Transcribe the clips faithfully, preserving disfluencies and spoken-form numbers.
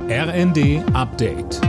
R N D Update.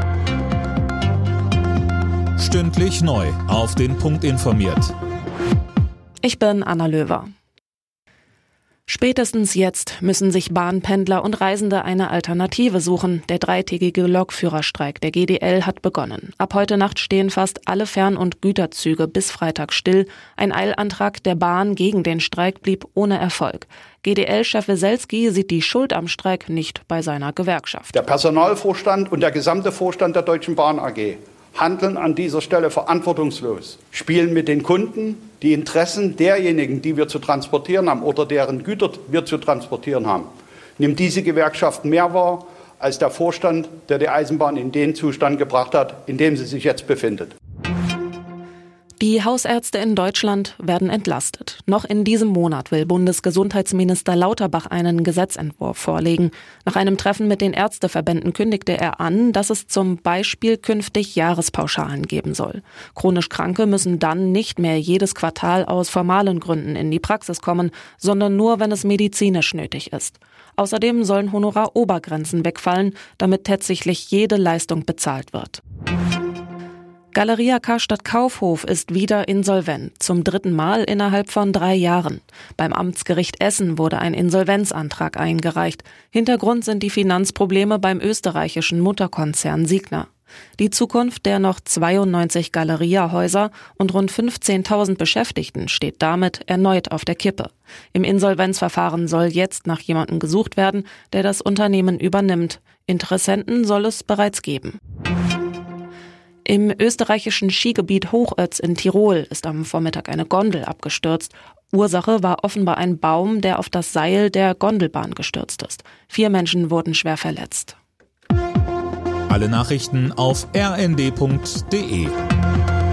Stündlich neu auf den Punkt informiert. Ich bin Anna Löwer. Spätestens jetzt müssen sich Bahnpendler und Reisende eine Alternative suchen. Der dreitägige Lokführerstreik der G D L hat begonnen. Ab heute Nacht stehen fast alle Fern- und Güterzüge bis Freitag still. Ein Eilantrag der Bahn gegen den Streik blieb ohne Erfolg. G D L-Chef Weselski sieht die Schuld am Streik nicht bei seiner Gewerkschaft. Der Personalvorstand und der gesamte Vorstand der Deutschen Bahn A G handeln an dieser Stelle verantwortungslos, spielen mit den Kunden die Interessen derjenigen, die wir zu transportieren haben oder deren Güter wir zu transportieren haben. Nimmt diese Gewerkschaft mehr wahr als der Vorstand, der die Eisenbahn in den Zustand gebracht hat, in dem sie sich jetzt befindet. Die Hausärzte in Deutschland werden entlastet. Noch in diesem Monat will Bundesgesundheitsminister Lauterbach einen Gesetzentwurf vorlegen. Nach einem Treffen mit den Ärzteverbänden kündigte er an, dass es zum Beispiel künftig Jahrespauschalen geben soll. Chronisch Kranke müssen dann nicht mehr jedes Quartal aus formalen Gründen in die Praxis kommen, sondern nur, wenn es medizinisch nötig ist. Außerdem sollen Honorarobergrenzen wegfallen, damit tatsächlich jede Leistung bezahlt wird. Galeria Karstadt Kaufhof ist wieder insolvent, zum dritten Mal innerhalb von drei Jahren. Beim Amtsgericht Essen wurde ein Insolvenzantrag eingereicht. Hintergrund sind die Finanzprobleme beim österreichischen Mutterkonzern Signa. Die Zukunft der noch zweiundneunzig Galeria-Häuser und rund fünfzehntausend Beschäftigten steht damit erneut auf der Kippe. Im Insolvenzverfahren soll jetzt nach jemandem gesucht werden, der das Unternehmen übernimmt. Interessenten soll es bereits geben. Im österreichischen Skigebiet Hochötz in Tirol ist am Vormittag eine Gondel abgestürzt. Ursache war offenbar ein Baum, der auf das Seil der Gondelbahn gestürzt ist. Vier Menschen wurden schwer verletzt. Alle Nachrichten auf r n d punkt d e.